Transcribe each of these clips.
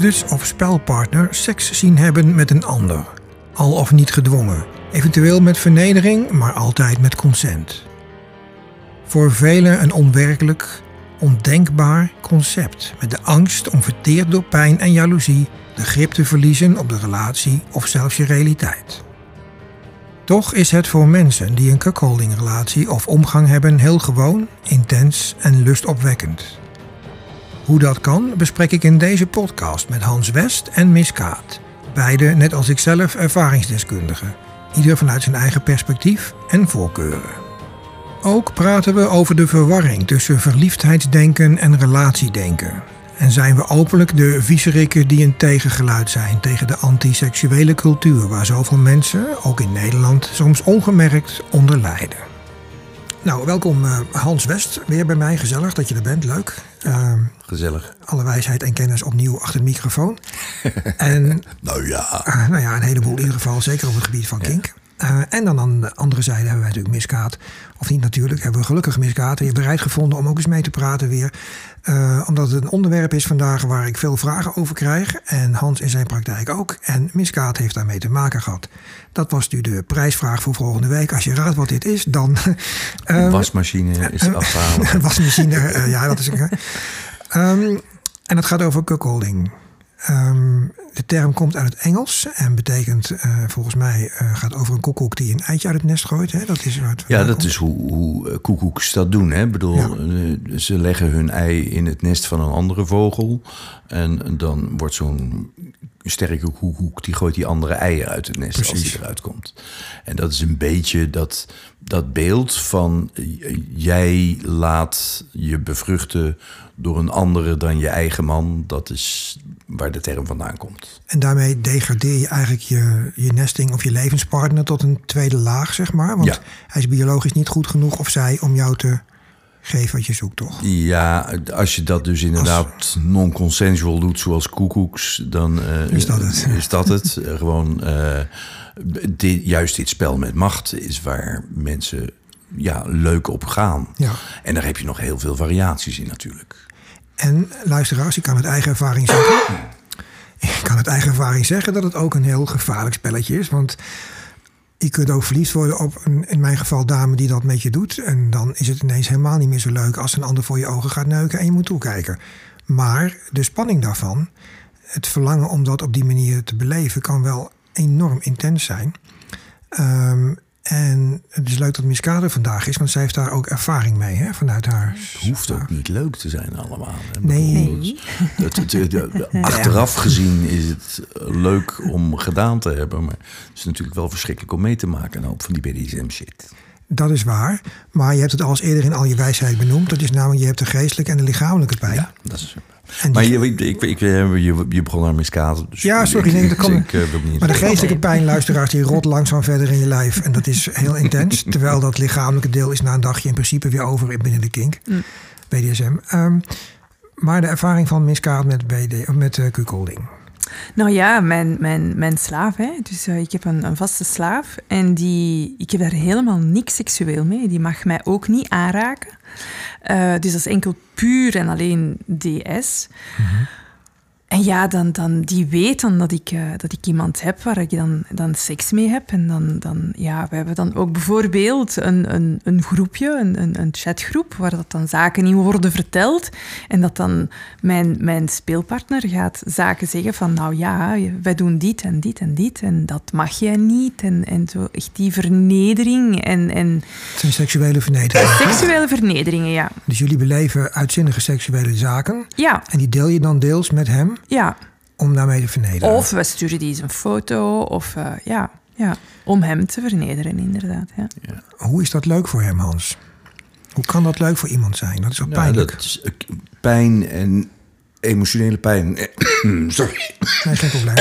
geliefdes of spelpartner seks zien hebben met een ander. Al of niet gedwongen, eventueel met vernedering, maar altijd met consent. Voor velen een onwerkelijk, ondenkbaar concept met de angst om verteerd door pijn en jaloezie de grip te verliezen op de relatie of zelfs je realiteit. Toch is het voor mensen die een cuckoldingrelatie of omgang hebben heel gewoon, intens en lustopwekkend. Hoe dat kan bespreek ik in deze podcast met Hans West en Miss Kaat. Beide, net als ikzelf, ervaringsdeskundigen. Ieder vanuit zijn eigen perspectief en voorkeuren. Ook praten we over de verwarring tussen verliefdheidsdenken en relatiedenken. En zijn we openlijk de viezerikken die een tegengeluid zijn tegen de antiseksuele cultuur waar zoveel mensen, ook in Nederland, soms ongemerkt onder lijden. Nou, welkom Hans West, weer bij mij. Gezellig dat je er bent, leuk. Gezellig. Alle wijsheid en kennis opnieuw achter de microfoon. En, nou ja, een heleboel in ieder geval, zeker op het gebied van kink. En dan aan de andere zijde hebben wij natuurlijk Miss Kaat. Of niet natuurlijk, hebben we gelukkig Miss Kaat weer bereid gevonden om ook eens mee te praten weer. Omdat het een onderwerp is vandaag waar ik veel vragen over krijg. En Hans in zijn praktijk ook. En Miss Kaat heeft daarmee te maken gehad. Dat was nu de prijsvraag voor volgende week. Als je raadt wat dit is, dan... wasmachine is afhalen. Wasmachine, ja, dat is... en het gaat over cuckolding. De term komt uit het Engels en betekent volgens mij gaat over een koekoek die een eitje uit het nest gooit. Hè? Dat is dat is hoe koekoeks dat doen. Hè? Ik bedoel, ze leggen hun ei in het nest van een andere vogel. En dan wordt zo'n sterke koekoek, die gooit die andere eieren uit het nest. Precies. Als die eruit komt. En dat is een beetje dat beeld van jij laat je bevruchten door een andere dan je eigen man. Dat is waar de term vandaan komt. En daarmee degradeer je eigenlijk je nesting of je levenspartner tot een tweede laag, zeg maar. Want hij is biologisch niet goed genoeg of zij om jou te geven wat je zoekt, toch? Ja, als je dat dus inderdaad non-consensual doet, zoals koekoeks, dan is dat het. Is dat het. Gewoon juist dit spel met macht is waar mensen leuk op gaan. Ja. En daar heb je nog heel veel variaties in natuurlijk. En luisteraars, ik kan uit eigen ervaring zeggen... dat het ook een heel gevaarlijk spelletje is. Want je kunt ook verliefd worden op, in mijn geval, dame die dat met je doet. En dan is het ineens helemaal niet meer zo leuk als een ander voor je ogen gaat neuken en je moet toekijken. Maar de spanning daarvan, het verlangen om dat op die manier te beleven, kan wel enorm intens zijn. En het is leuk dat Miss Kaat er vandaag is, want zij heeft daar ook ervaring mee, hè, vanuit haar... Het hoeft ook niet leuk te zijn allemaal. Hè? Nee. Achteraf gezien is het leuk om gedaan te hebben, maar het is natuurlijk wel verschrikkelijk om mee te maken, een hoop van die BDSM-shit. Dat is waar, maar je hebt het al eens eerder in al je wijsheid benoemd. Dat is namelijk, je hebt de geestelijke en de lichamelijke pijn. Ja, dat is... Maar je begon aan Miss Kaat. Dus ja, sorry. Nee, dat kan maar de geestelijke pijn, luisteraars, die rot langzaam verder in je lijf. En dat is heel intens. Terwijl dat lichamelijke deel is na een dagje in principe weer over binnen de kink. BDSM. Maar de ervaring van Miss Kaat met cuckolding. Nou ja, mijn slaaf. Hè. Dus ik heb een vaste slaaf. En ik heb daar helemaal niks seksueel mee. Die mag mij ook niet aanraken. Dus dat is enkel puur en alleen DS. Mm-hmm. En ja, dan die weet dan dat ik iemand heb waar ik dan seks mee heb. En dan we hebben dan ook bijvoorbeeld een groepje, een chatgroep, waar dat dan zaken in worden verteld. En dat dan mijn speelpartner gaat zaken zeggen van, nou ja, wij doen dit en dit en dit. En dat mag jij niet. En zo echt die vernedering. Het zijn seksuele vernederingen. Seksuele vernederingen, ja. Dus jullie beleven uitzinnige seksuele zaken. Ja. En die deel je dan deels met hem? Ja. Om daarmee te vernederen? Of we sturen die eens een foto. Of om hem te vernederen, inderdaad. Ja. Ja. Hoe is dat leuk voor hem, Hans? Hoe kan dat leuk voor iemand zijn? Dat is ook pijnlijk. Dat is pijn en emotionele pijn. Sorry. Nee, geen probleem.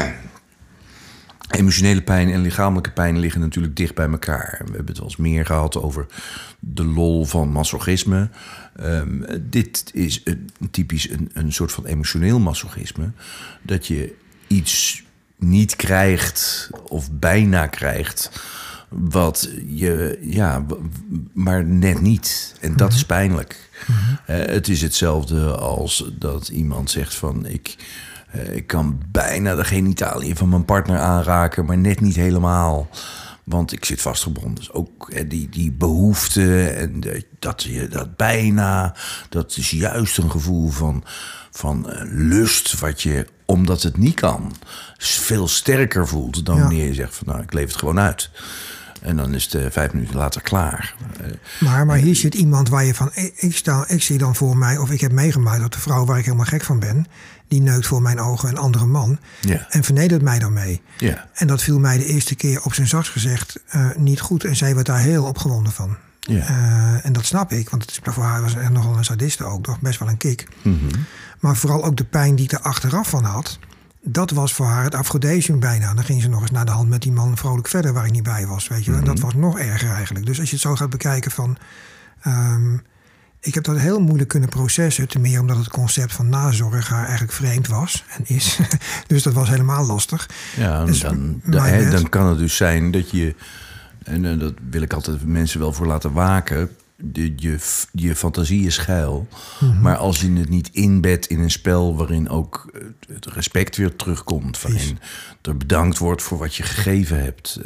Emotionele pijn en lichamelijke pijn liggen natuurlijk dicht bij elkaar. We hebben het wel eens meer gehad over de lol van masochisme. Dit is typisch een soort van emotioneel masochisme. Dat je iets niet krijgt of bijna krijgt wat je, maar net niet. En dat is pijnlijk. Mm-hmm. Het is hetzelfde als dat iemand zegt van ik Ik kan bijna de genitaliën van mijn partner aanraken, maar net niet helemaal. Want ik zit vastgebonden. Dus ook die behoefte en dat je dat bijna... dat is juist een gevoel van lust... wat je, omdat het niet kan, veel sterker voelt... dan wanneer je zegt van nou, ik leef het gewoon uit. En dan is het 5 minuten later klaar. Maar hier zit iemand waar je van... Ik zie dan voor mij, of ik heb meegemaakt... dat de vrouw waar ik helemaal gek van ben... die neukt voor mijn ogen een andere man... en vernedert mij daarmee. Ja. En dat viel mij de eerste keer op zijn zachtst gezegd niet goed. En zij werd daar heel opgewonden van. Ja. En dat snap ik, want het is, voor haar was er nogal een sadiste ook. Toch best wel een kick. Mm-hmm. Maar vooral ook de pijn die ik er achteraf van had... dat was voor haar het afrodisium bijna. Dan ging ze nog eens naar de hand met die man vrolijk verder... waar ik niet bij was, weet je. Mm-hmm. En dat was nog erger eigenlijk. Dus als je het zo gaat bekijken van... ik heb dat heel moeilijk kunnen processen. Ten meer omdat het concept van nazorg haar eigenlijk vreemd was en is. Dus dat was helemaal lastig. Ja, dus dan kan het dus zijn dat je... en dat wil ik altijd mensen wel voor laten waken... Je fantasie is geil. Mm-hmm. Maar als je het niet inbedt in een spel... waarin ook het respect weer terugkomt... waarin er bedankt wordt voor wat je gegeven hebt...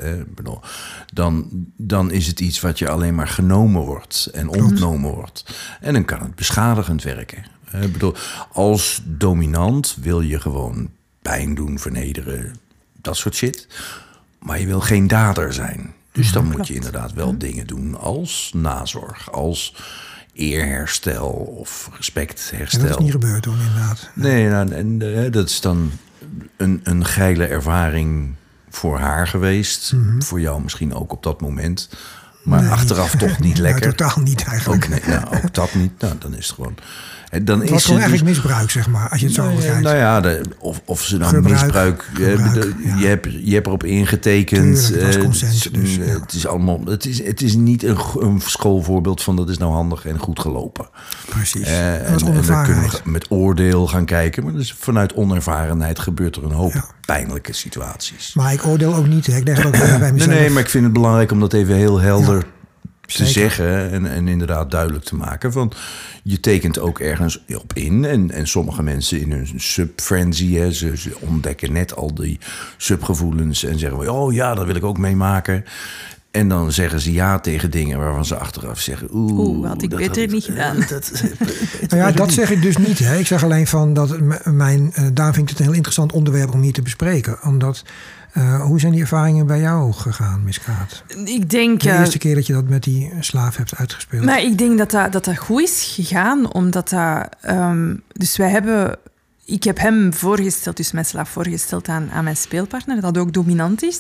dan is het iets wat je alleen maar genomen wordt... en ontnomen wordt. En dan kan het beschadigend werken. Ik bedoel, als dominant wil je gewoon pijn doen, vernederen... dat soort shit. Maar je wil geen dader zijn... Dus dan moet je inderdaad wel dingen doen als nazorg, als eerherstel of respectherstel. En dat is niet gebeurd hoor, inderdaad. Nee, dat is dan een geile ervaring voor haar geweest. Mm-hmm. Voor jou misschien ook op dat moment. Maar achteraf toch niet lekker. Totaal niet eigenlijk. Ook dat niet. Nou, dan is het gewoon... Dan het was gewoon eigenlijk misbruik, zeg maar, als je het zo bekijkt. Nou ja, of ze dan misbruik... Je hebt erop ingetekend. Tuurlijk, het was consent. Dus, het is allemaal... Het is niet een schoolvoorbeeld van dat is nou handig en goed gelopen. Precies. En dan kunnen we met oordeel gaan kijken. Maar dus vanuit onervarenheid gebeurt er een hoop pijnlijke situaties. Maar ik oordeel ook niet. Hè. Ik leg het ook bij mezelf. Nee, maar ik vind het belangrijk om dat even heel helder... te zeggen en inderdaad duidelijk te maken. Van, je tekent ook ergens op in. En sommige mensen in hun subfrenzy... Ze ontdekken net al die subgevoelens... en zeggen, oh ja, dat wil ik ook meemaken. En dan zeggen ze ja tegen dingen waarvan ze achteraf zeggen... had ik beter niet gedaan. Dat zeg ik dus niet. Hè. Ik zeg alleen van dat daar vind ik het een heel interessant onderwerp... om hier te bespreken. Omdat... hoe zijn die ervaringen bij jou gegaan, Miss Kaat? Ik denk... De eerste keer dat je dat met die slaaf hebt uitgespeeld. Maar ik denk dat goed is gegaan, omdat dat... dus ik heb hem voorgesteld, dus mijn slaaf voorgesteld aan mijn speelpartner, dat ook dominant is.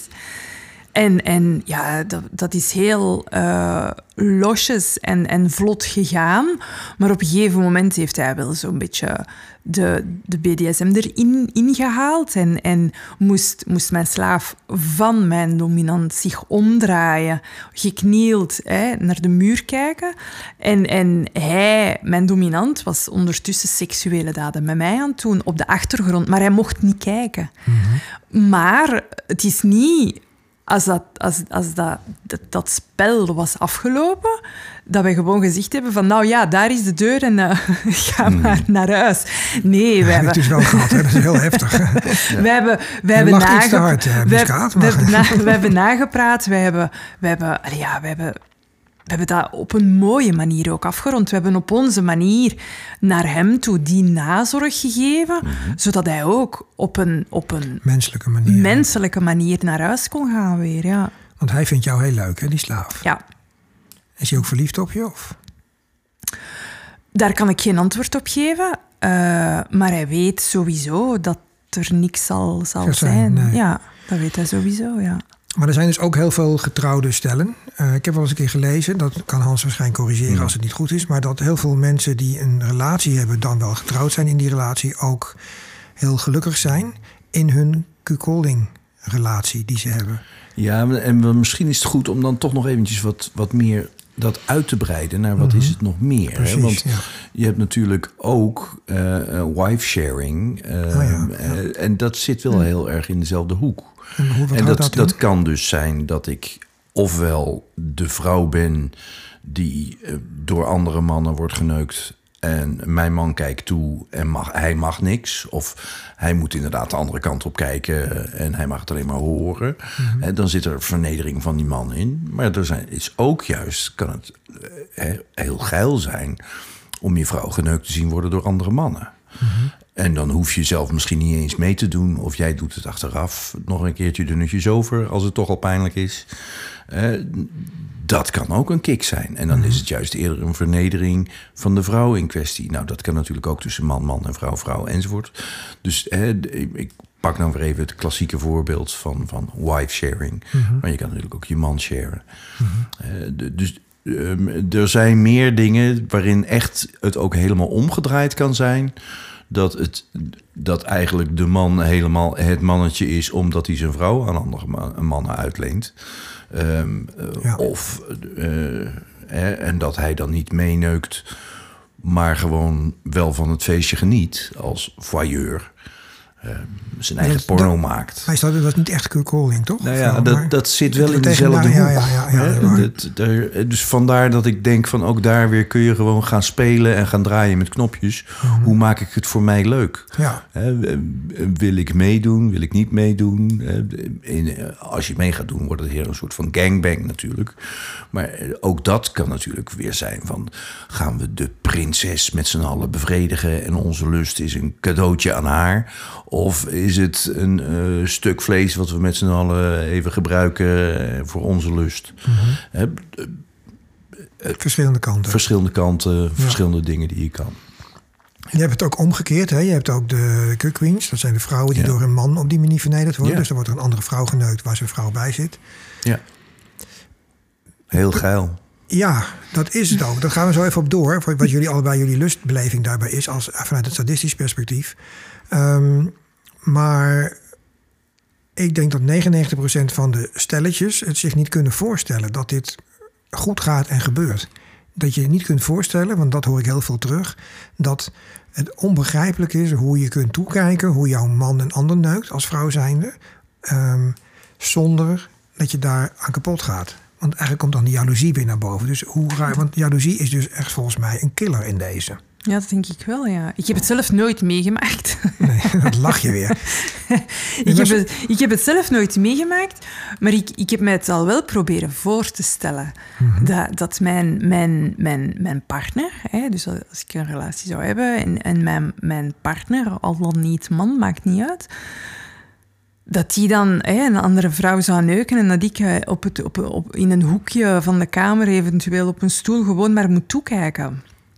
En ja, dat is heel losjes en vlot gegaan. Maar op een gegeven moment heeft hij wel zo'n beetje de BDSM erin ingehaald. En moest mijn slaaf van mijn dominant zich omdraaien, geknield, naar de muur kijken. En hij, mijn dominant, was ondertussen seksuele daden met mij aan het doen op de achtergrond. Maar hij mocht niet kijken. Mm-hmm. Maar het is niet... Als dat spel was afgelopen, dat wij gewoon gezegd hebben van... nou ja, daar is de deur en ga maar naar huis. Nee, we hebben... Het is wel gehad, hè? Dat is heel heftig. We hebben nagepraat. We hebben dat op een mooie manier ook afgerond. We hebben op onze manier naar hem toe die nazorg gegeven, zodat hij ook op een menselijke manier naar huis kon gaan weer. Ja. Want hij vindt jou heel leuk, hè, die slaaf? Ja. Is hij ook verliefd op je? Of? Daar kan ik geen antwoord op geven. Maar hij weet sowieso dat er niks zal zijn. Nee. Ja, dat weet hij sowieso, ja. Maar er zijn dus ook heel veel getrouwde stellen. Ik heb wel eens een keer gelezen, dat kan Hans waarschijnlijk corrigeren als het niet goed is... maar dat heel veel mensen die een relatie hebben, dan wel getrouwd zijn in die relatie... ook heel gelukkig zijn in hun cuckolding-relatie die ze hebben. Ja, en misschien is het goed om dan toch nog eventjes wat meer dat uit te breiden naar wat is het nog meer. Precies, hè? Want je hebt natuurlijk ook wife sharing. En dat zit wel heel erg in dezelfde hoek. En dat kan dus zijn dat ik ofwel de vrouw ben die door andere mannen wordt geneukt en mijn man kijkt toe en hij mag niks. Of hij moet inderdaad de andere kant op kijken en hij mag het alleen maar horen. Dan zit er vernedering van die man in. Maar kan het heel geil zijn om je vrouw geneukt te zien worden door andere mannen. En dan hoef je zelf misschien niet eens mee te doen. Of jij doet het achteraf nog een keertje de nutjes over als het toch al pijnlijk is. Dat kan ook een kick zijn. En dan is het juist eerder een vernedering van de vrouw in kwestie. Nou, dat kan natuurlijk ook tussen man en vrouw enzovoort. Dus ik pak nou weer even het klassieke voorbeeld van wife sharing. Maar je kan natuurlijk ook je man sharen. Dus er zijn meer dingen waarin echt het ook helemaal omgedraaid kan zijn. Dat eigenlijk de man helemaal het mannetje is omdat hij zijn vrouw aan andere mannen uitleent. En dat hij dan niet meeneukt, maar gewoon wel van het feestje geniet als voyeur. Zijn eigen porno maakt. Maar dat was niet echt curling, toch? Nou ja, dat zit wel in dezelfde hoek. Dus vandaar dat ik denk van ook daar weer kun je gewoon gaan spelen en gaan draaien met knopjes. Hoe maak ik het voor mij leuk? Ja. Wil ik meedoen? Wil ik niet meedoen? Als je mee gaat doen, wordt het hier een soort van gangbang natuurlijk. Maar ook dat kan natuurlijk weer zijn van gaan we de prinses met z'n allen bevredigen en onze lust is een cadeautje aan haar? Of is het een stuk vlees wat we met z'n allen even gebruiken voor onze lust? Verschillende kanten. Verschillende dingen die je kan. Je hebt het ook omgekeerd. Hè? Je hebt ook de cuck queens. Dat zijn de vrouwen die door een man op die manier vernederd worden. Dus dan wordt er een andere vrouw geneukt waar zijn vrouw bij zit. Ja. Heel geil. Ja, dat is het ook. Daar gaan we zo even op door. Wat jullie lustbeleving daarbij is vanuit het sadistisch perspectief. Maar ik denk dat 99% van de stelletjes het zich niet kunnen voorstellen dat dit goed gaat en gebeurt. Dat je het niet kunt voorstellen, want dat hoor ik heel veel terug, dat het onbegrijpelijk is hoe je kunt toekijken, hoe jouw man een ander neukt als vrouw zijnde, zonder dat je daar aan kapot gaat. Want eigenlijk komt dan die jaloezie weer naar boven. Dus hoe raar, want jaloezie is dus echt volgens mij een killer in deze. Ja, dat denk ik wel, ja. Ik heb het zelf nooit meegemaakt. Nee, dat lach je weer. Ik heb het zelf nooit meegemaakt, maar ik heb mij het al wel proberen voor te stellen. Dat mijn partner, dus als ik een relatie zou hebben en mijn partner, al dan niet man, maakt niet uit, dat die dan een andere vrouw zou neuken en dat ik in een hoekje van de kamer eventueel op een stoel gewoon maar moet toekijken.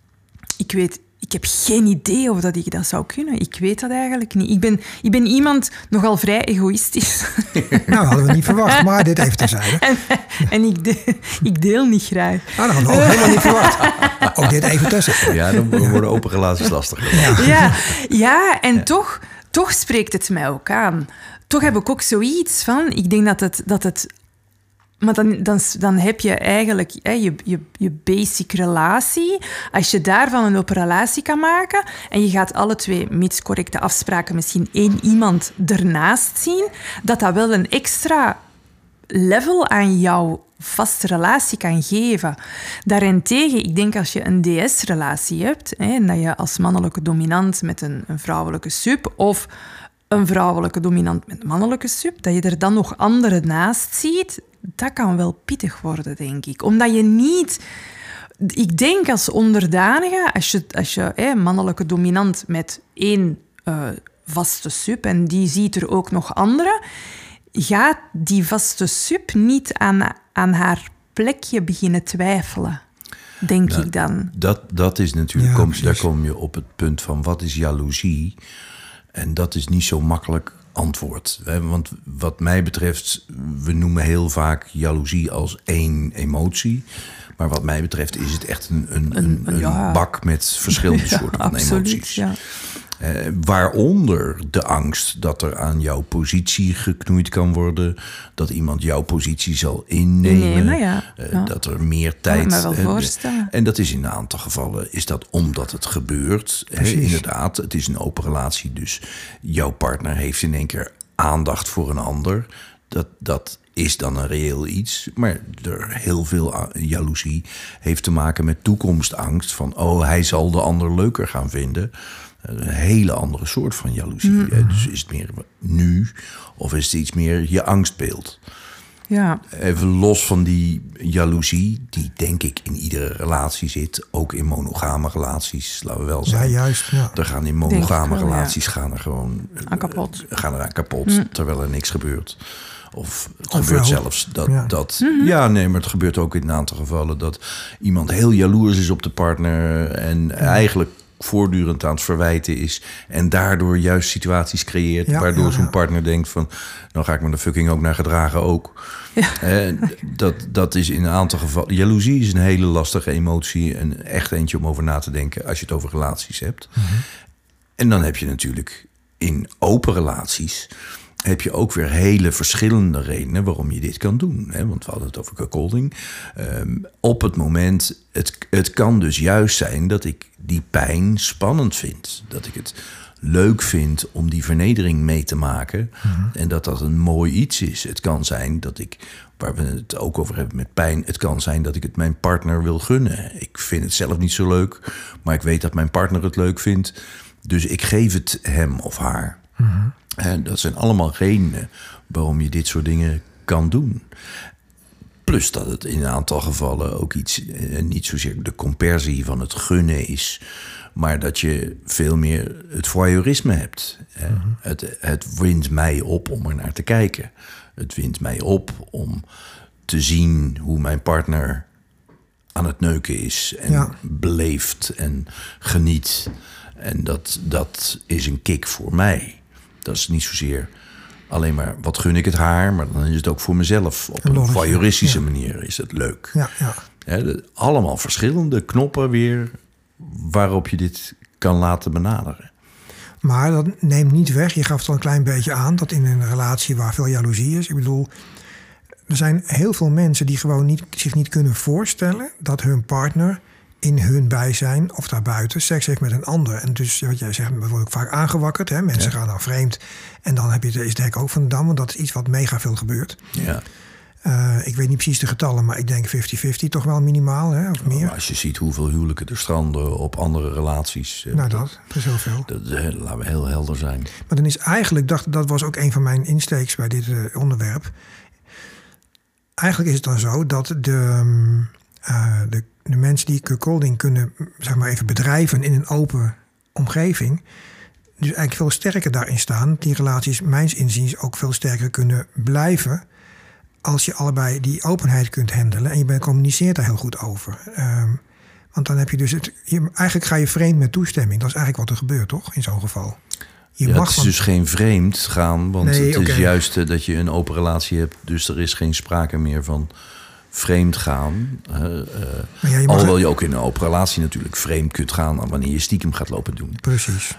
Ik heb geen idee of dat ik dat zou kunnen. Ik weet dat eigenlijk niet. Ik ben iemand nogal vrij egoïstisch. Nou, hadden we niet verwacht, maar dit even terzijde. En ik deel niet graag. Nou, dat hadden we ook helemaal niet verwacht. Ook dit even tussen. Ja, dan worden open relaties lastiger. Ja, en toch spreekt het mij ook aan. Toch heb ik ook zoiets van, ik denk dat het maar dan heb je eigenlijk je basic relatie. Als je daarvan een open relatie kan maken en je gaat alle twee, mits correcte afspraken, misschien één iemand ernaast zien, dat wel een extra level aan jouw vaste relatie kan geven. Daarentegen, ik denk als je een DS-relatie hebt, en dat je als mannelijke dominant met een vrouwelijke sub of een vrouwelijke dominant met een mannelijke sub, dat je er dan nog anderen naast ziet, dat kan wel pittig worden, denk ik. Omdat je niet... Ik denk als onderdanige, als je mannelijke dominant met één vaste sub en die ziet er ook nog andere, gaat die vaste sub niet aan haar plekje beginnen twijfelen, denk ik dan. Dat is natuurlijk... daar kom je op het punt van wat is jaloezie? En dat is niet zo makkelijk antwoord. Want wat mij betreft, we noemen heel vaak jaloezie als één emotie. Maar wat mij betreft is het echt een bak met verschillende soorten van emoties. Ja. Waaronder de angst dat er aan jouw positie geknoeid kan worden. Dat iemand jouw positie zal innemen. Dat er meer tijd... Kan ik me wel voorstellen. En dat is in een aantal gevallen is dat omdat het gebeurt. Inderdaad, het is een open relatie. Dus jouw partner heeft in één keer aandacht voor een ander. Dat is dan een reëel iets. Maar heel veel jaloezie heeft te maken met toekomstangst. Van, hij zal de ander leuker gaan vinden. Een hele andere soort van jaloezie. Dus is het meer nu of is het iets meer je angstbeeld? Ja. Even los van die jaloezie, die denk ik in iedere relatie zit. Ook in monogame relaties, laten we wel zeggen. Ja, juist. Ja. Er gaan in monogame relaties gaan er gewoon aan kapot. Terwijl er niks gebeurt. Of het gebeurt zelfs maar het gebeurt ook in een aantal gevallen dat iemand heel jaloers is op de partner en eigenlijk voortdurend aan het verwijten is en daardoor juist situaties creëert waardoor zo'n partner denkt van, nou ga ik me de fucking ook naar gedragen ook. Ja. Dat is in een aantal gevallen. Jaloezie is een hele lastige emotie en echt eentje om over na te denken als je het over relaties hebt. Mm-hmm. En dan heb je natuurlijk in open relaties heb je ook weer hele verschillende redenen waarom je dit kan doen. Want we hadden het over cuckolding. Op het moment, het kan dus juist zijn dat ik die pijn spannend vind. Dat ik het leuk vind om die vernedering mee te maken. Mm-hmm. En dat een mooi iets is. Het kan zijn dat ik, waar we het ook over hebben met pijn, het kan zijn dat ik het mijn partner wil gunnen. Ik vind het zelf niet zo leuk, maar ik weet dat mijn partner het leuk vindt. Dus ik geef het hem of haar. Mm-hmm. En dat zijn allemaal redenen waarom je dit soort dingen kan doen. Plus dat het in een aantal gevallen ook iets, niet zozeer de compersie van het gunnen is, maar dat je veel meer het voyeurisme hebt. Mm-hmm. Het wint mij op om er naar te kijken. Het wint mij op om te zien hoe mijn partner aan het neuken is en beleeft en geniet. En dat is een kick voor mij. Dat is niet zozeer alleen maar wat gun ik het haar, maar dan is het ook voor mezelf. Op een voyeuristische manier is het leuk. Allemaal verschillende knoppen weer waarop je dit kan laten benaderen. Maar dat neemt niet weg, je gaf het al een klein beetje aan, dat in een relatie waar veel jaloezie is. Ik bedoel, er zijn heel veel mensen die gewoon zich niet kunnen voorstellen dat hun partner in hun bijzijn of daarbuiten seks heeft met een ander. En dus wat jij zegt, wordt ook vaak aangewakkerd. Hè? Mensen gaan dan vreemd. En dan heb je is het hek ook van de dam. Want dat is iets wat mega veel gebeurt. Ja. Ik weet niet precies de getallen, maar ik denk 50-50 toch wel minimaal, hè? Of meer. Als je ziet hoeveel huwelijken er stranden op andere relaties. Dat is heel veel. Laten we heel helder zijn. Maar dan is eigenlijk, dat was ook een van mijn insteeks bij dit onderwerp. Eigenlijk is het dan zo dat de mensen die cuckolding kunnen, zeg maar even bedrijven in een open omgeving, dus eigenlijk veel sterker daarin staan. Die relaties, mijns inziens, ook veel sterker kunnen blijven als je allebei die openheid kunt handelen en je communiceert daar heel goed over. Want dan heb je dus eigenlijk ga je vreemd met toestemming. Dat is eigenlijk wat er gebeurt, toch? In zo'n geval. Het is dus geen vreemd gaan, want het is juist dat je een open relatie hebt, dus er is geen sprake meer van vreemd gaan. Alhoewel je ook in een open relatie natuurlijk vreemd kunt gaan wanneer je stiekem gaat lopen doen. Precies.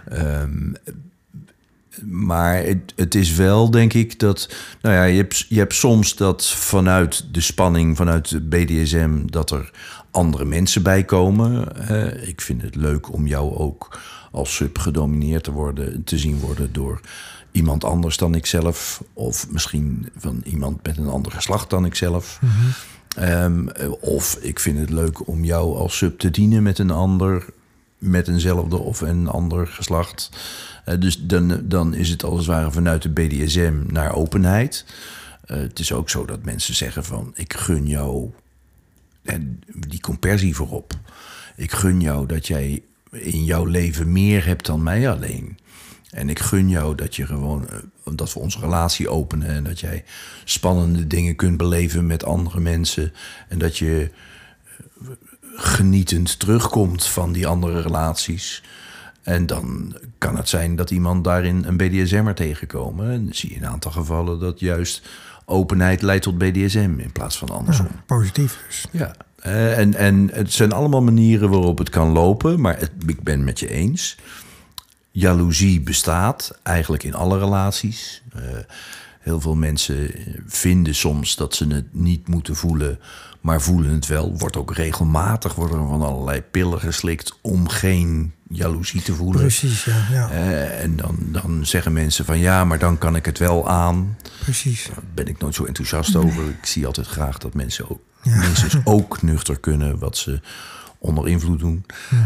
Maar het is wel, denk ik, dat je hebt soms dat vanuit de spanning, vanuit de BDSM, dat er andere mensen bij komen. Ik vind het leuk om jou ook als sub gedomineerd te zien worden door iemand anders dan ikzelf. Of misschien van iemand met een ander geslacht dan ikzelf. Mm-hmm. Of ik vind het leuk om jou als sub te dienen met een ander, met eenzelfde of een ander geslacht. Dus dan is het als het ware vanuit de BDSM naar openheid. Het is ook zo dat mensen zeggen van, ik gun jou die compersie voorop. Ik gun jou dat jij in jouw leven meer hebt dan mij alleen. En ik gun jou dat je gewoon, dat we onze relatie openen en dat jij spannende dingen kunt beleven met andere mensen en dat je genietend terugkomt van die andere relaties. En dan kan het zijn dat iemand daarin een BDSM'er tegenkomen. En dan zie je in een aantal gevallen dat juist openheid leidt tot BDSM in plaats van andersom. Ja, positief dus. Ja, en het zijn allemaal manieren waarop het kan lopen, maar ik ben het met je eens. Jaloezie bestaat eigenlijk in alle relaties. Heel veel mensen vinden soms dat ze het niet moeten voelen, maar voelen het wel. Wordt ook regelmatig worden er van allerlei pillen geslikt om geen jaloezie te voelen. Precies, ja. En dan zeggen mensen van ja, maar dan kan ik het wel aan. Precies. Daar ben ik nooit zo enthousiast over. Ik zie altijd graag dat mensen ook nuchter kunnen wat ze onder invloed doen.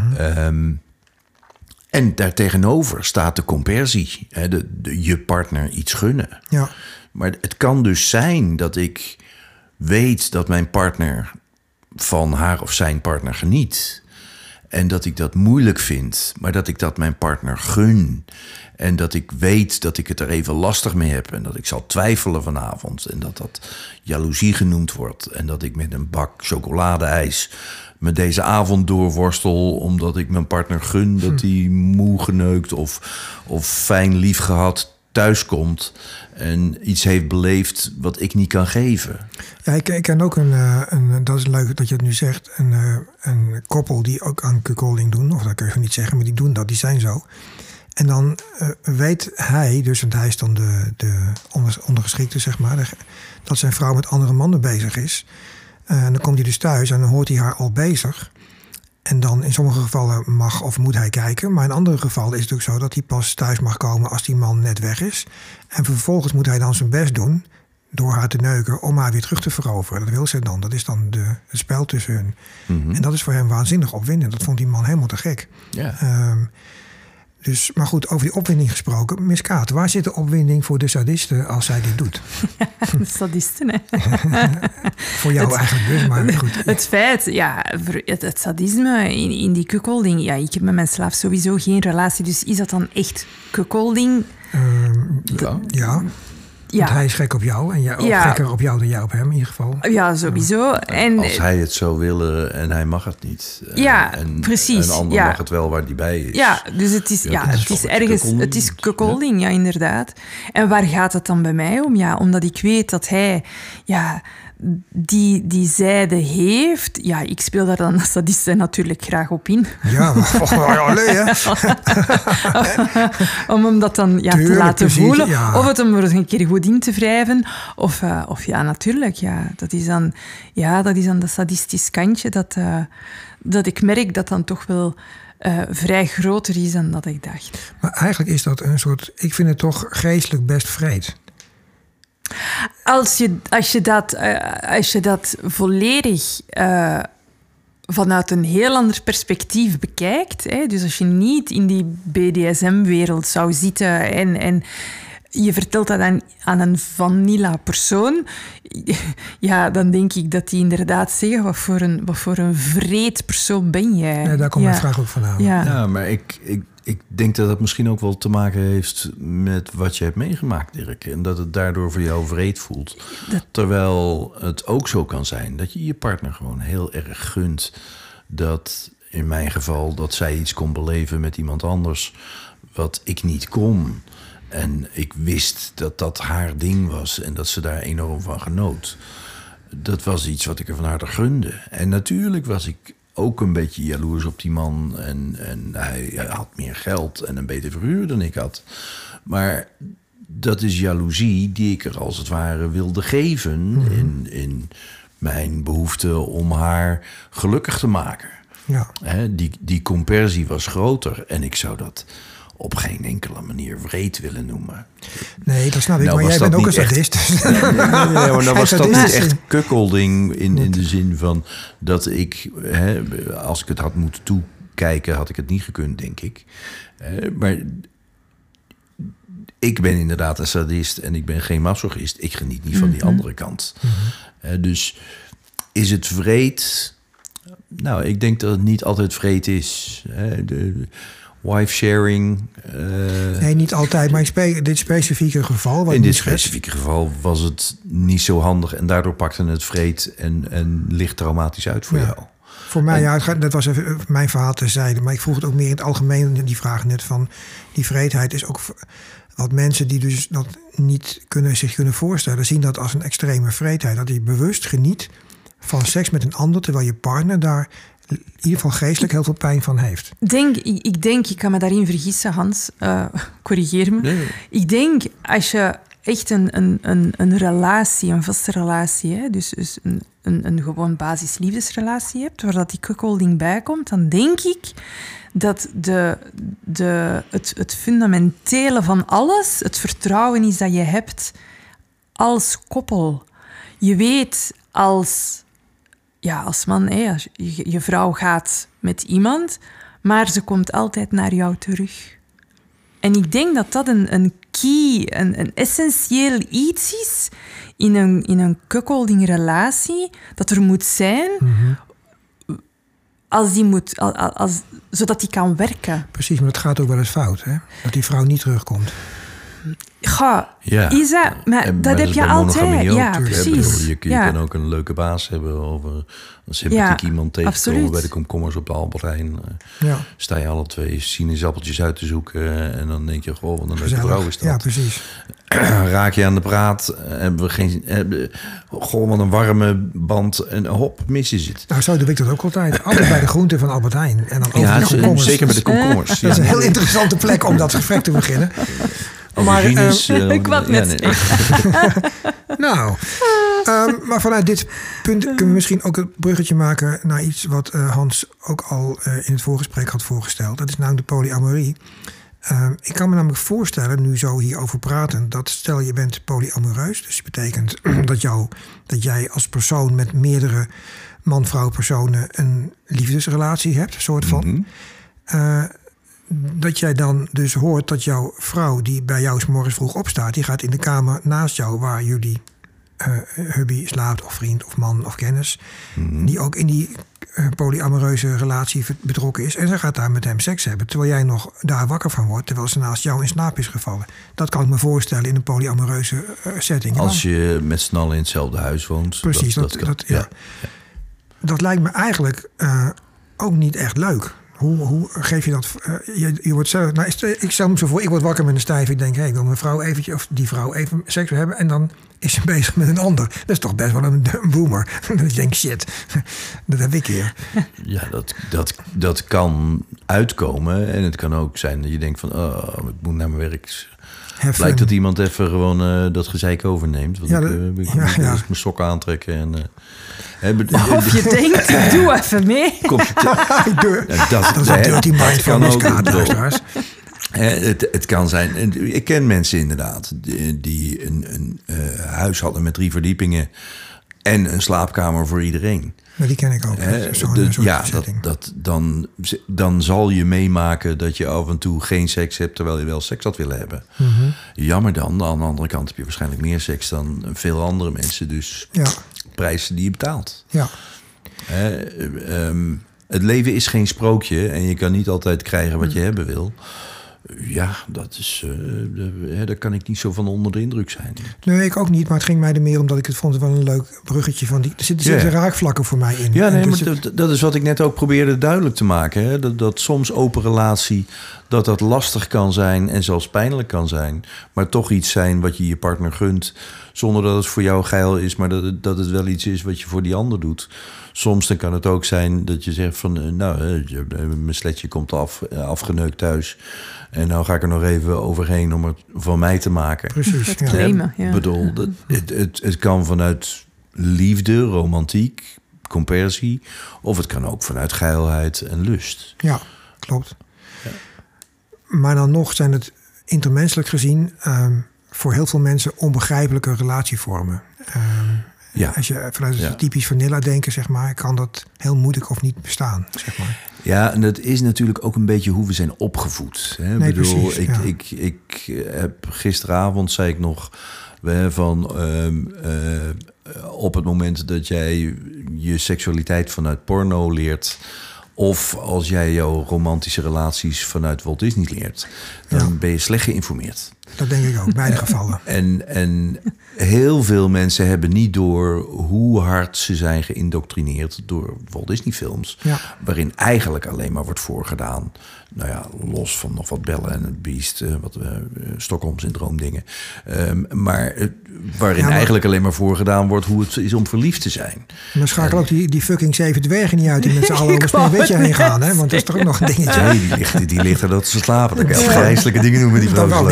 En daartegenover staat de compersie. Hè, je partner iets gunnen. Ja. Maar het kan dus zijn dat ik weet dat mijn partner van haar of zijn partner geniet. En dat ik dat moeilijk vind, maar dat ik dat mijn partner gun. En dat ik weet dat ik het er even lastig mee heb. En dat ik zal twijfelen vanavond. En dat jaloezie genoemd wordt. En dat ik met een bak chocoladeijs me deze avond doorworstel, omdat ik mijn partner gun dat hij moe geneukt of fijn lief gehad thuiskomt en iets heeft beleefd wat ik niet kan geven. Ja, ik ken ook een dat is leuk dat je het nu zegt, een koppel die ook aan cuckolding doen, of dat kun je niet zeggen, maar die doen dat, die zijn zo. En dan weet hij, dus want hij is dan de ondergeschikte, zeg maar, dat zijn vrouw met andere mannen bezig is. En dan komt hij dus thuis en dan hoort hij haar al bezig. En dan in sommige gevallen mag of moet hij kijken. Maar in andere gevallen is het ook zo dat hij pas thuis mag komen als die man net weg is. En vervolgens moet hij dan zijn best doen door haar te neuken om haar weer terug te veroveren. Dat wil ze dan. Dat is dan het spel tussen hun. Mm-hmm. En dat is voor hem waanzinnig opwindend. Dat vond die man helemaal te gek. Yeah. Dus, maar goed, over die opwinding gesproken. Miss Kaat, waar zit de opwinding voor de sadisten als zij dit doet? Ja, de sadisten, hè. Voor jou eigenlijk dus, maar goed. Het feit, het sadisme in die cuckolding. Ja, ik heb met mijn slaaf sowieso geen relatie. Dus is dat dan echt cuckolding? Ja. Want hij is gek op jou en jij ook gekker op jou dan jij op hem in ieder geval. Ja, sowieso. En als hij het zou willen en hij mag het niet. Precies. Een ander mag het wel waar die bij is. Ja, dus het is ergens, het is cuckolding, ja, inderdaad. En waar gaat het dan bij mij om? Ja, omdat ik weet dat hij die zijde heeft. Ja, ik speel daar dan als sadist natuurlijk graag op in. Ja, hè? Om hem dat dan te laten voelen. Ja. Of het hem er een keer goed in te wrijven. Of ja, natuurlijk. Ja, dat is dan dat sadistisch kantje dat ik merk dat dan toch wel vrij groter is dan dat ik dacht. Maar eigenlijk is dat een soort... Ik vind het toch geestelijk best vreed. Als je dat volledig vanuit een heel ander perspectief bekijkt, hè, dus als je niet in die BDSM-wereld zou zitten en je vertelt dat aan een vanilla persoon, ja, dan denk ik dat die inderdaad zeggen, wat voor een vreed persoon ben jij? Ja, daar komt mijn vraag ook vandaan. Ja, maar ik denk dat dat misschien ook wel te maken heeft met wat je hebt meegemaakt, Dirk. En dat het daardoor voor jou vreed voelt. Terwijl het ook zo kan zijn dat je partner gewoon heel erg gunt dat, in mijn geval, dat zij iets kon beleven met iemand anders wat ik niet kon. En ik wist dat dat haar ding was en dat ze daar enorm van genoot. Dat was iets wat ik er van harte gunde. En natuurlijk was ik ook een beetje jaloers op die man. En hij had meer geld en een beter verhuur dan ik had. Maar dat is jaloezie die ik er als het ware wilde geven in mijn behoefte om haar gelukkig te maken. Ja. Die compersie was groter en ik zou dat op geen enkele manier wreed willen noemen. Nee, dat snap ik, maar jij bent ook een sadist. Nee, maar dan was dat niet echt kukkelding in de zin van dat ik, als ik het had moeten toekijken, had ik het niet gekund, denk ik. Maar ik ben inderdaad een sadist en ik ben geen masochist. Ik geniet niet van die andere kant. Dus is het wreed? Nou, ik denk dat het niet altijd wreed is. Wife sharing. Nee, niet altijd, maar in dit specifieke geval. In dit specifieke geval was het niet zo handig en daardoor pakte het vreed en licht traumatisch uit voor jou. Voor mij, dat was even mijn verhaal terzijde. Maar ik vroeg het ook meer in het algemeen, die vraag net van die vreedheid is ook wat mensen die dus dat niet zich kunnen voorstellen, zien dat als een extreme vreedheid. Dat je bewust geniet van seks met een ander, terwijl je partner daar in ieder geval geestelijk heel veel pijn van heeft. Ik kan me daarin vergissen, Hans. Corrigeer me. Nee. Ik denk, echt een relatie, een vaste relatie, hè? Dus een gewoon basisliefdesrelatie hebt, waar dat die cuckolding bij komt, dan denk ik dat het fundamentele van alles, het vertrouwen is dat je hebt als koppel. Je weet als man, als je vrouw gaat met iemand, maar ze komt altijd naar jou terug. En ik denk dat dat een key, een essentieel iets is in een cuckolding-relatie, dat er moet zijn, zodat die kan werken. Precies, maar het gaat ook wel eens fout, hè? Dat die vrouw niet terugkomt. Is dat? Maar dat heb je altijd. Ja, precies. Je kan ook een leuke baas hebben of een sympathiek iemand tegenkomen bij de komkommers op de Albert Heijn. Sta je alle twee sinaasappeltjes uit te zoeken en dan denk je, goh, wat een leuke vrouw is dat. Ja, precies. Raak je aan de praat, wat een warme band en hop, mis je het. Nou, zo doe ik dat ook altijd. Altijd bij de groenten van Albert Heijn. En dan over de komkommers. Zeker bij de komkommers. Dat is een heel interessante plek om dat gesprek te beginnen. Ik wou net zeggen. Maar vanuit dit punt kunnen we misschien ook het bruggetje maken naar iets wat Hans ook al in het voorgesprek had voorgesteld. Dat is namelijk de polyamorie. Ik kan me namelijk voorstellen, nu zo hierover praten, dat stel je bent polyamoreus. Dus dat betekent dat jij als persoon met meerdere man-vrouw personen een liefdesrelatie hebt, soort van. Dat jij dan dus hoort dat jouw vrouw, die bij jou 's morgens vroeg opstaat, die gaat in de kamer naast jou waar jullie hubby slaapt of vriend of man of kennis, die ook in die polyamoreuze relatie betrokken is. En ze gaat daar met hem seks hebben, terwijl jij nog daar wakker van wordt, terwijl ze naast jou in slaap is gevallen. Dat kan ik me voorstellen in een polyamoreuze setting. Als je met z'n allen in hetzelfde huis woont. Precies, dat lijkt me eigenlijk ook niet echt leuk. Hoe geef je dat? Je wordt zelf. Nou, ik stel me zo voor, ik word wakker met een stijf. Ik denk, ik wil mijn vrouw eventjes, of die vrouw even seks hebben. En dan is ze bezig met een ander. Dat is toch best wel een boomer. Dat je denkt, shit, dat heb ik hier. Ja, dat kan uitkomen. En het kan ook zijn dat je denkt van, ik moet naar mijn werk. Lijkt dat iemand even gewoon dat gezeik overneemt. Want ik moet mijn sokken aantrekken en... Of je denkt, doe even mee. Dat is een dirty mind van luisteraars. Het kan zijn. Ik ken mensen inderdaad die een huis hadden met 3 verdiepingen en een slaapkamer voor iedereen. Maar die ken ik ook. Dan zal je meemaken dat je af en toe geen seks hebt terwijl je wel seks had willen hebben. Jammer dan. Aan de andere kant heb je waarschijnlijk meer seks dan veel andere mensen. Dus prijzen die je betaalt. Ja. Het leven is geen sprookje en je kan niet altijd krijgen wat je hebben wil. Ja, dat is, daar kan ik niet zo van onder de indruk zijn. Nee, ik ook niet. Maar het ging mij er meer omdat ik het vond wel een leuk bruggetje van die. Er zitten raakvlakken voor mij in. Ja, nee, dus maar dat is wat ik net ook probeerde duidelijk te maken. Hè? Dat soms open relatie, dat lastig kan zijn en zelfs pijnlijk kan zijn. Maar toch iets zijn wat je je partner gunt. Zonder dat het voor jou geil is, maar dat het wel iets is wat je voor die ander doet. Soms dan kan het ook zijn dat je zegt van... mijn sletje komt afgeneukt thuis. En nou ga ik er nog even overheen om het van mij te maken. Precies. Het claimen, Ik bedoel, het kan vanuit liefde, romantiek, compersie. Of het kan ook vanuit geilheid en lust. Ja, klopt. Ja. Maar dan nog zijn het intermenselijk gezien... voor heel veel mensen onbegrijpelijke relatievormen. Als je vanuit het typisch vanilla denken, zeg maar, kan dat heel moeilijk of niet bestaan, zeg maar. Ja, en dat is natuurlijk ook een beetje hoe we zijn opgevoed. Hè? Nee, precies, ik heb gisteravond, zei ik nog, op het moment dat jij je seksualiteit vanuit porno leert, of als jij jouw romantische relaties vanuit Walt Disney leert, dan ben je slecht geïnformeerd. Dat denk ik ook, beide gevallen. En heel veel mensen hebben niet door hoe hard ze zijn geïndoctrineerd door Walt Disney films. Ja. Waarin eigenlijk alleen maar wordt voorgedaan. Nou ja, los van nog wat Belle en het Beast, Stockholm-syndroom dingen. Waarin eigenlijk alleen maar voorgedaan wordt hoe het is om verliefd te zijn. Maar schakel ook die fucking 7 dwergen niet uit die met z'n allen over Sneeuwwitje heen gaan. Hè? Want dat is toch ook nog een dingetje. Nee, die ligt er dat ze slapen. Dan kan je afgrijzelijke dingen doen met die vrouw. Die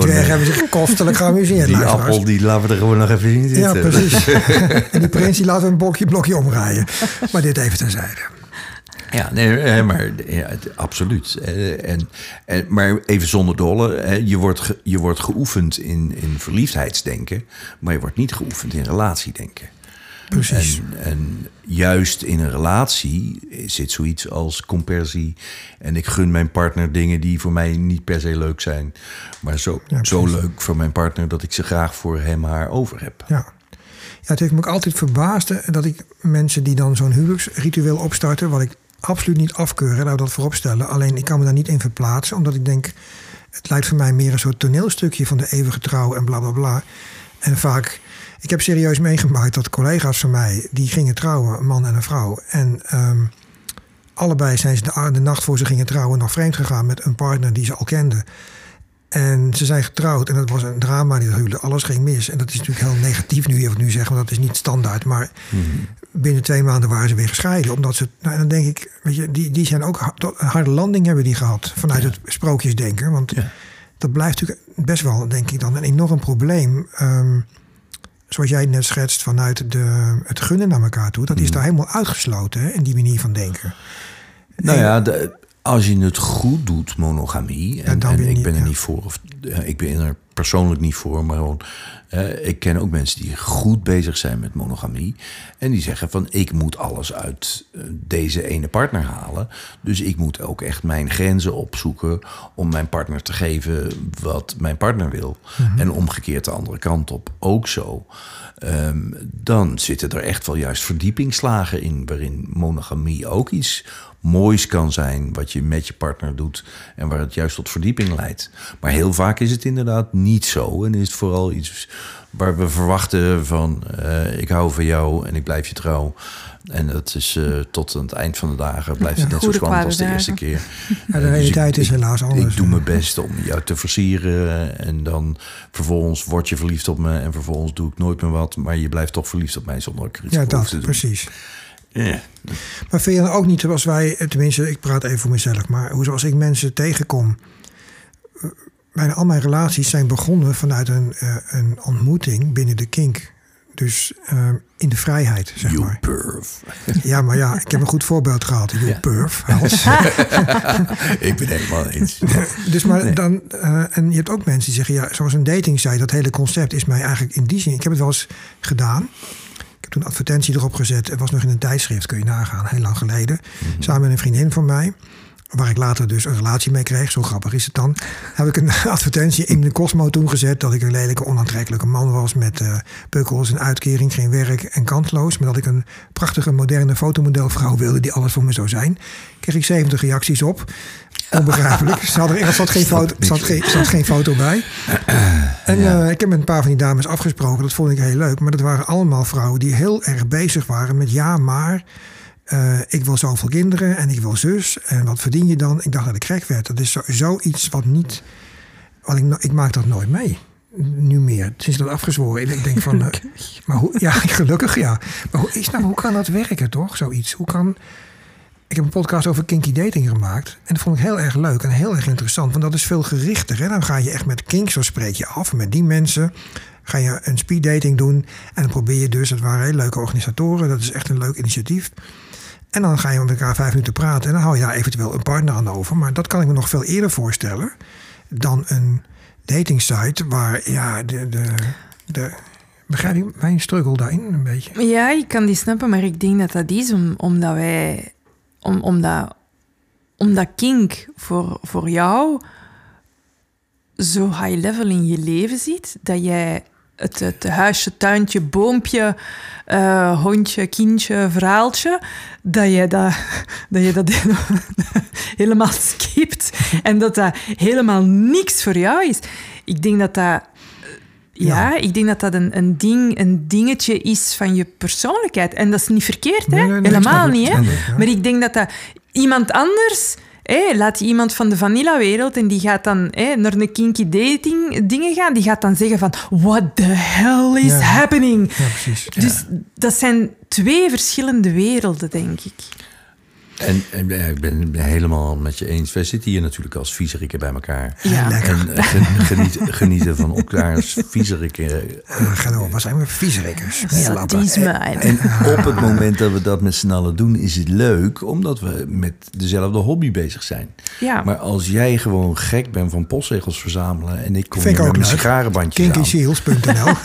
dwergen hebben zich kostelijk geamuseerd. Die appel, die laten we er gewoon nog even in zitten. Ja, precies. En die prins, die laten we een blokje omrijden. Maar dit even terzijde. Ja, nee, maar ja, absoluut. Maar even zonder dolle. Je wordt geoefend in verliefdheidsdenken, maar je wordt niet geoefend in relatiedenken. Precies. En juist in een relatie zit zoiets als compersie. En ik gun mijn partner dingen die voor mij niet per se leuk zijn. Maar zo leuk voor mijn partner dat ik ze graag voor hem, haar over heb. Ja. Ja, het heeft me ook altijd verbaasd dat ik mensen die dan zo'n huwelijksritueel opstarten, wat ik absoluut niet afkeuren, laat dat vooropstellen. Alleen ik kan me daar niet in verplaatsen, omdat ik denk, het lijkt voor mij meer een soort toneelstukje van de eeuwige trouw en bla bla bla. En vaak, ik heb serieus meegemaakt dat collega's van mij, die gingen trouwen, een man en een vrouw. En allebei zijn ze de nacht voor ze gingen trouwen nog vreemd gegaan met een partner die ze al kenden. En ze zijn getrouwd en dat was een drama, die huwelijk. Alles ging mis. En dat is natuurlijk heel negatief nu, even nu zeggen, want dat is niet standaard. Maar binnen 2 maanden waren ze weer gescheiden. Omdat ze, en dan denk ik, weet je, die zijn ook een harde landing hebben die gehad. Vanuit het sprookjesdenken. Want dat blijft natuurlijk best wel, denk ik dan, een enorm probleem. Zoals jij net schetst, vanuit het gunnen naar elkaar toe. Dat is daar helemaal uitgesloten, hè, in die manier van denken. Nou ja, als je het goed doet, monogamie. En ik ben er niet voor. Ik ben er persoonlijk niet voor. Maar gewoon, ik ken ook mensen die goed bezig zijn met monogamie. En die zeggen van, ik moet alles uit deze ene partner halen. Dus ik moet ook echt mijn grenzen opzoeken om mijn partner te geven wat mijn partner wil. En omgekeerd de andere kant op ook zo. Dan zitten er echt wel juist verdiepingslagen in, waarin monogamie ook iets moois kan zijn wat je met je partner doet en waar het juist tot verdieping leidt. Maar heel vaak is het inderdaad niet zo en is het vooral iets waar we verwachten van ik hou van jou en ik blijf je trouw. En dat is tot aan het eind van de dagen blijft het net zo spannend als de eerste keer. Ja, de realiteit is helaas anders. Ik doe mijn best om jou te versieren en dan vervolgens word je verliefd op me en vervolgens doe ik nooit meer wat, maar je blijft toch verliefd op mij zonder dat ik er iets voor hoef te doen. Precies. Ja. Maar vind je dan ook niet, zoals wij, tenminste, ik praat even voor mezelf, maar zoals ik mensen tegenkom, bijna al mijn relaties zijn begonnen vanuit een ontmoeting binnen de kink. Dus in de vrijheid, zeg you maar. Perf. Ja, maar ja, ik heb een goed voorbeeld gehad. You perf. Ik ben helemaal eens. Dus maar dan, en je hebt ook mensen die zeggen, ja, zoals een datingsite, dat hele concept is mij eigenlijk in die zin, ik heb het wel eens gedaan. Ik heb toen een advertentie erop gezet. Het was nog in een tijdschrift, kun je nagaan, heel lang geleden. Samen met een vriendin van mij, waar ik later dus een relatie mee kreeg. Zo grappig is het dan. Heb ik een advertentie in de Cosmo toen gezet dat ik een lelijke, onaantrekkelijke man was met pukkels en uitkering, geen werk en kansloos. Maar dat ik een prachtige, moderne fotomodelvrouw wilde die alles voor me zou zijn. Kreeg ik 70 reacties op. Onbegrijpelijk. Er zat geen foto bij. En ik heb met een paar van die dames afgesproken. Dat vond ik heel leuk. Maar dat waren allemaal vrouwen die heel erg bezig waren met ja, maar ik wil zoveel kinderen en ik wil zus. En wat verdien je dan? Ik dacht dat ik gek werd. Dat is zoiets wat niet. Ik maak dat nooit mee. Nu meer. Sinds dat afgezworen. Ik denk van. Maar hoe? Ja, gelukkig ja. Maar hoe kan dat werken, toch? Zoiets. Hoe kan. Ik heb een podcast over kinky dating gemaakt. En dat vond ik heel erg leuk en heel erg interessant. Want dat is veel gerichter. Hè? Dan ga je echt met kinks, zo spreek je af. Met die mensen ga je een speed dating doen. En dan probeer je dus, het waren hele leuke organisatoren. Dat is echt een leuk initiatief. En dan ga je met elkaar 5 minuten praten. En dan hou je daar eventueel een partner aan over. Maar dat kan ik me nog veel eerder voorstellen dan een datingsite waar ja, begrijp je mijn struggle daarin een beetje? Ja, ik kan die snappen, maar ik denk dat dat is omdat wij omdat kink voor jou zo high level in je leven zit, dat jij het huisje, tuintje, boompje, hondje, kindje, verhaaltje, dat je dat helemaal skipt en dat helemaal niks voor jou is. Ik denk dat ik denk dat een dingetje is van je persoonlijkheid. En dat is niet verkeerd, hè? Nee, helemaal niet, hè? Maar ik denk dat iemand anders... laat iemand van de vanilla-wereld en die gaat dan naar een kinky dating dingen gaan. Die gaat dan zeggen van, what the hell is happening? Ja, precies. Dus dat zijn 2 verschillende werelden, denk ik. En ik ben helemaal met je eens. Wij zitten hier natuurlijk als viezerikken bij elkaar. Ja. Lekker. En genieten van elkaars viezerikken. Wat zijn we viezerikkers? Ja, die is mijn. En op het moment dat we dat met z'n allen doen, is het leuk, omdat we met dezelfde hobby bezig zijn. Ja. Maar als jij gewoon gek bent van postzegels verzamelen en ik kom Vind ik hier ook met mijn leuk. sigarenbandjes aan. KinkySeals.nl.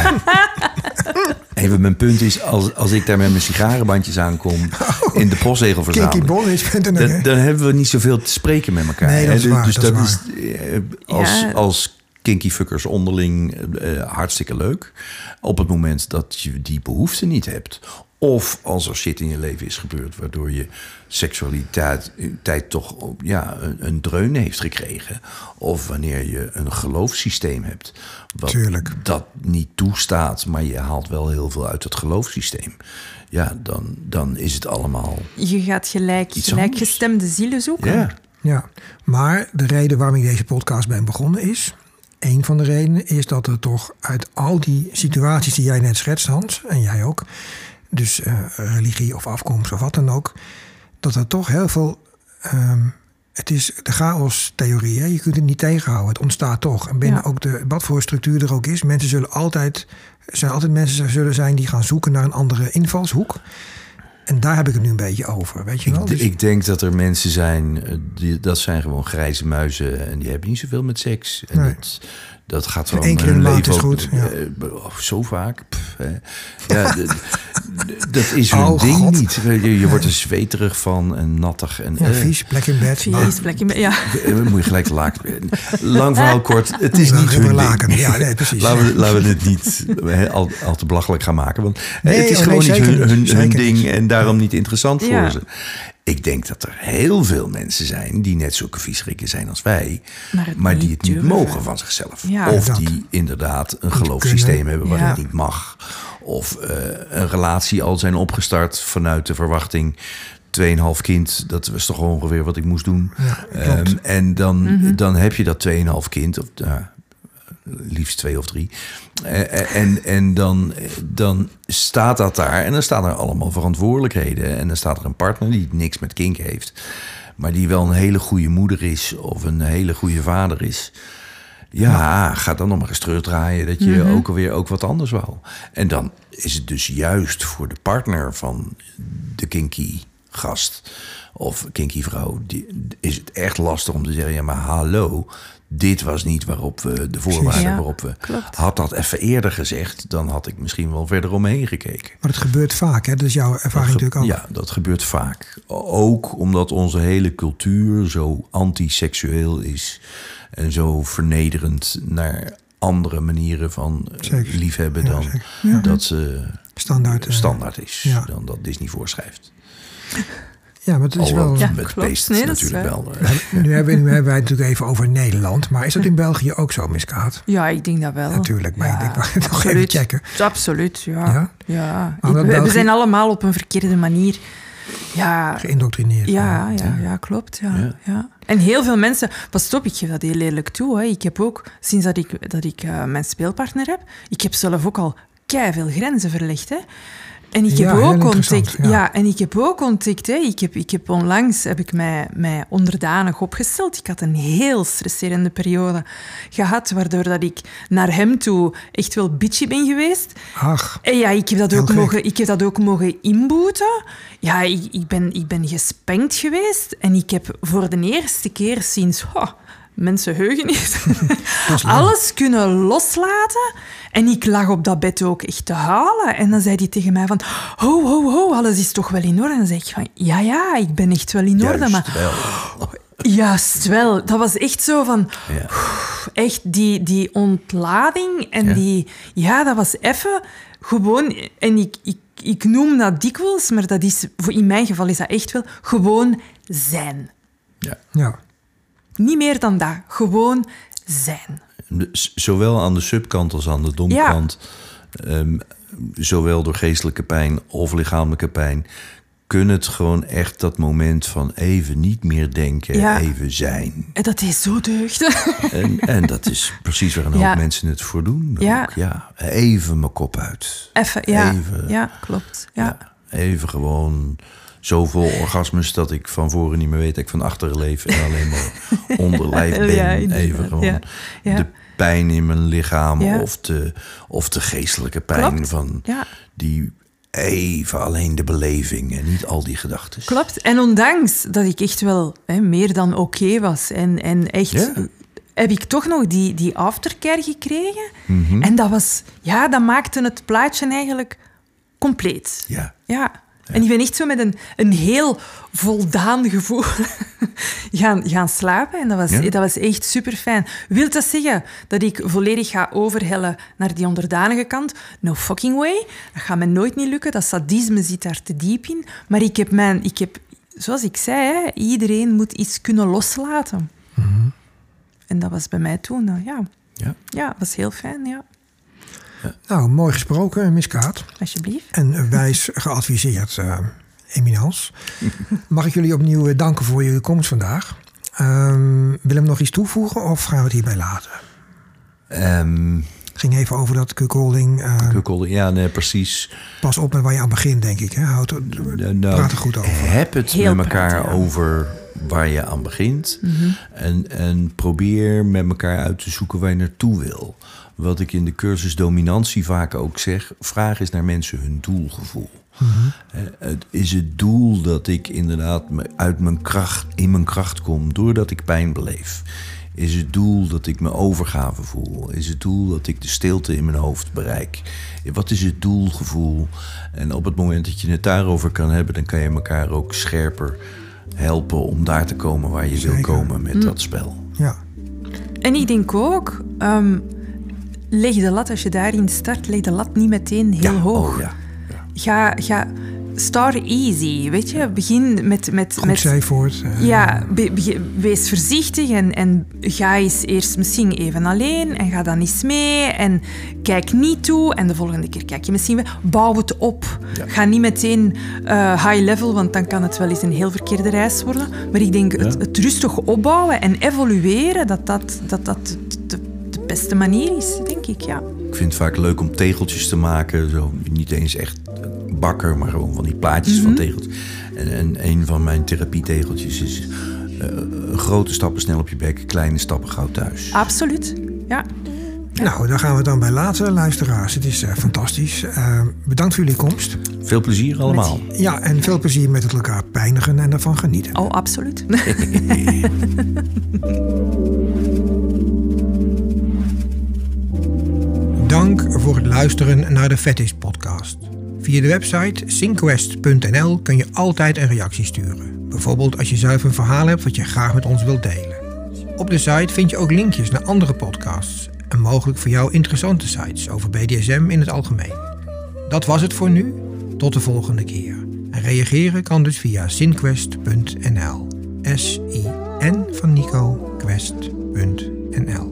Even mijn punt is, als ik daar met mijn sigarenbandjes aankom in de postzegel verzamelen, KinkyBonnies.nl. dan hebben we niet zoveel te spreken met elkaar. Nee, dat is hè? waar, Dus dat is als kinkyfuckers onderling hartstikke leuk. Op het moment dat je die behoefte niet hebt. Of als er shit in je leven is gebeurd waardoor je seksualiteit toch een dreun heeft gekregen. Of wanneer je een geloofssysteem hebt wat Tuurlijk. dat niet toestaat, maar je haalt wel heel veel uit het geloofssysteem. Ja, dan is het allemaal Je gaat Iets gelijkgestemde zielen zoeken. Ja. Ja, maar de reden waarom ik deze podcast ben begonnen is... een van de redenen is dat er toch uit al die situaties die jij net schetst, Hans, en jij ook... dus religie of afkomst of wat dan ook... dat er toch heel veel... het is de chaos-theorie, hè? Je kunt het niet tegenhouden. Het ontstaat toch. En binnen ook wat voor structuur er ook is... mensen zullen altijd mensen zullen zijn die gaan zoeken naar een andere invalshoek... En daar heb ik het nu een beetje over, weet je wel? Dus... Ik denk dat er mensen zijn, dat zijn gewoon grijze muizen... en die hebben niet zoveel met seks. En Nee. dat gaat gewoon... Eén keer in de maand is goed. Ja. Zo vaak. Ja, dat is hun Oh, ding God. niet. Je wordt er zweterig van en nattig. En, vies, plek in bed. Vies plek in bed, ja. moet je gelijk laken. Lang verhaal kort, het is niet hun laken. ding. Ja, nee, precies. Laten we het niet al te belachelijk gaan maken. Want het is gewoon zeker niet hun zeker ding niet. en daarom niet interessant voor Ja. ze. Ik denk dat er heel veel mensen zijn die net zulke viesrikken zijn als wij, maar die het niet durven. mogen van zichzelf. Ja. Of Dat. die inderdaad een geloofssysteem kunnen. hebben waar Ja. het niet mag. Of een relatie al zijn opgestart vanuit de verwachting... 2,5 kind, dat was toch ongeveer wat ik moest doen. Ja, klopt. En dan heb je dat 2,5 kind, of liefst 2 of 3. En dan staat dat daar en dan staan er allemaal verantwoordelijkheden. En dan staat er een partner die niks met kink heeft, maar die wel een hele goede moeder is of een hele goede vader is. Ja, ga dan nog maar eens terugdraaien dat je ook alweer ook wat anders wou. En dan is het dus juist voor de partner van de kinky gast of kinky vrouw, is het echt lastig om te zeggen, ja maar hallo, dit was niet waarop we de voorwaarden Ja, waarop we... klopt. Had dat even eerder gezegd, dan had ik misschien wel verder omheen gekeken. Maar het gebeurt vaak, hè? Dat is jouw ervaring natuurlijk ook. Ja, dat gebeurt vaak. Ook omdat onze hele cultuur zo antiseksueel is en zo vernederend naar andere manieren van Zeker. liefhebben Ja, dan zeker. Ja. dat ze Standaard is, ja. dan dat Disney voorschrijft. Ja, maar het is wel... Ja, met klopt. beest Nee, dat is natuurlijk waar. wel. Nu hebben wij het natuurlijk even over Nederland. Maar is dat in België ook zo, Miss Kaat? Ja, ik denk dat wel. Natuurlijk, maar ik denk, nog even absoluut. checken. Absoluut, ja. Ja? Ja. Omdat We België- zijn allemaal op een verkeerde manier... Ja, Geïndoctrineerd. ja, klopt. Ja. En heel veel mensen... Pas op, ik geef dat heel eerlijk toe. Hè. Ik heb ook, sinds dat ik mijn speelpartner heb... Ik heb zelf ook al keiveel grenzen verlegd, hè. En ik heb Ja, heel ook interessant, ontdekt... ja. En ik heb ook ontdekt... Hè, ik heb onlangs heb ik mij onderdanig opgesteld. Ik had een heel stresserende periode gehad, waardoor dat ik naar hem toe echt wel bitchy ben geweest. Ach, En ja, ik heb dat, Heel ook gek. mogen inboeten. Ja, ik ben gespankt geweest. En ik heb voor de eerste keer sinds... mensenheugenis. Alles kunnen loslaten. En ik lag op dat bed ook echt te huilen. En dan zei hij tegen mij van... Ho, alles is toch wel in orde? En dan zei ik van... Ja, ik ben echt wel in orde. Maar juist wel. Dat was echt zo van... Ja. Echt die ontlading. En dat was even gewoon... En ik noem dat dikwijls, maar dat is, in mijn geval is dat echt wel gewoon zijn. ja. Niet meer dan dat. Gewoon zijn. Zowel aan de subkant als aan de domkant. Zowel door geestelijke pijn of lichamelijke pijn. Kun het gewoon echt dat moment van even niet meer denken, even zijn. En dat is zo deugd. En dat is precies waar een hoop mensen het voor doen. Ja. Ook, even mijn kop uit. Even, ja. Even. Ja, klopt. Ja. Even gewoon zoveel orgasmes dat ik van voren niet meer weet dat ik van achteren leef en alleen maar onderlijf ben. Ja, even gewoon de pijn in mijn lichaam of de geestelijke pijn. Klopt. Van Ja. die even alleen de beleving en niet al die gedachten. Klopt. En ondanks dat ik echt wel meer dan oké was en echt... Ja. Heb ik toch nog die aftercare gekregen. En dat maakte het plaatje eigenlijk compleet. Ja. En ik ben echt zo met een heel voldaan gevoel gaan slapen. En dat was echt super fijn. Wil dat zeggen dat ik volledig ga overhellen naar die onderdanige kant? No fucking way. Dat gaat me nooit niet lukken. Dat sadisme zit daar te diep in. Maar ik heb zoals ik zei, iedereen moet iets kunnen loslaten. Mm-hmm. En dat was bij mij toen, Ja, dat was heel fijn, ja. Nou, mooi gesproken, Miss Kaat. Alsjeblieft. En wijs geadviseerd, Eminence. Mag ik jullie opnieuw danken voor jullie komst vandaag. Willem nog iets toevoegen of gaan we het hierbij laten? Het ging even over dat cuckolding. Ja, nee, precies. Pas op met waar je aan begint, denk ik. Hè? Praat er goed over. Heb het Heel met elkaar praten, ja. over waar je aan begint. En probeer met elkaar uit te zoeken waar je naartoe wil. Wat ik in de cursus dominantie vaak ook zeg, vraag eens naar mensen hun doelgevoel. Het is het doel dat ik inderdaad in mijn kracht kom doordat ik pijn beleef. Is het doel dat ik me overgave voel? Is het doel dat ik de stilte in mijn hoofd bereik? Wat is het doelgevoel? En op het moment dat je het daarover kan hebben, dan kan je elkaar ook scherper helpen om daar te komen waar je wil komen met dat spel. Ja. En ik denk ook, leg de lat, als je daarin start, leg de lat niet meteen heel hoog. Oh, ja. Ga start easy, weet je. Begin met Goed zijvoort. Wees voorzichtig en ga eens eerst misschien even alleen en ga dan eens mee en kijk niet toe en de volgende keer kijk je misschien weer. Bouw het op. Ja. Ga niet meteen high level, want dan kan het wel eens een heel verkeerde reis worden. Maar ik denk het rustig opbouwen en evolueren, dat de beste manier is, denk ik, ja. Ik vind het vaak leuk om tegeltjes te maken. Zo, niet eens echt bakker, maar gewoon van die plaatjes van tegeltjes. En een van mijn therapietegeltjes is grote stappen snel op je bek, kleine stappen gauw thuis. Absoluut, ja. Nou, daar gaan we het dan bij laten, luisteraars. Het is fantastisch. Bedankt voor jullie komst. Veel plezier allemaal. Ja, en veel plezier met het elkaar pijnigen en ervan genieten. Oh, absoluut. Dank voor het luisteren naar de Fetish Podcast. Via de website synquest.nl kun je altijd een reactie sturen. Bijvoorbeeld als je zelf een verhaal hebt wat je graag met ons wilt delen. Op de site vind je ook linkjes naar andere podcasts en mogelijk voor jou interessante sites over BDSM in het algemeen. Dat was het voor nu. Tot de volgende keer. En reageren kan dus via synquest.nl. SIN van Nico, quest.nl.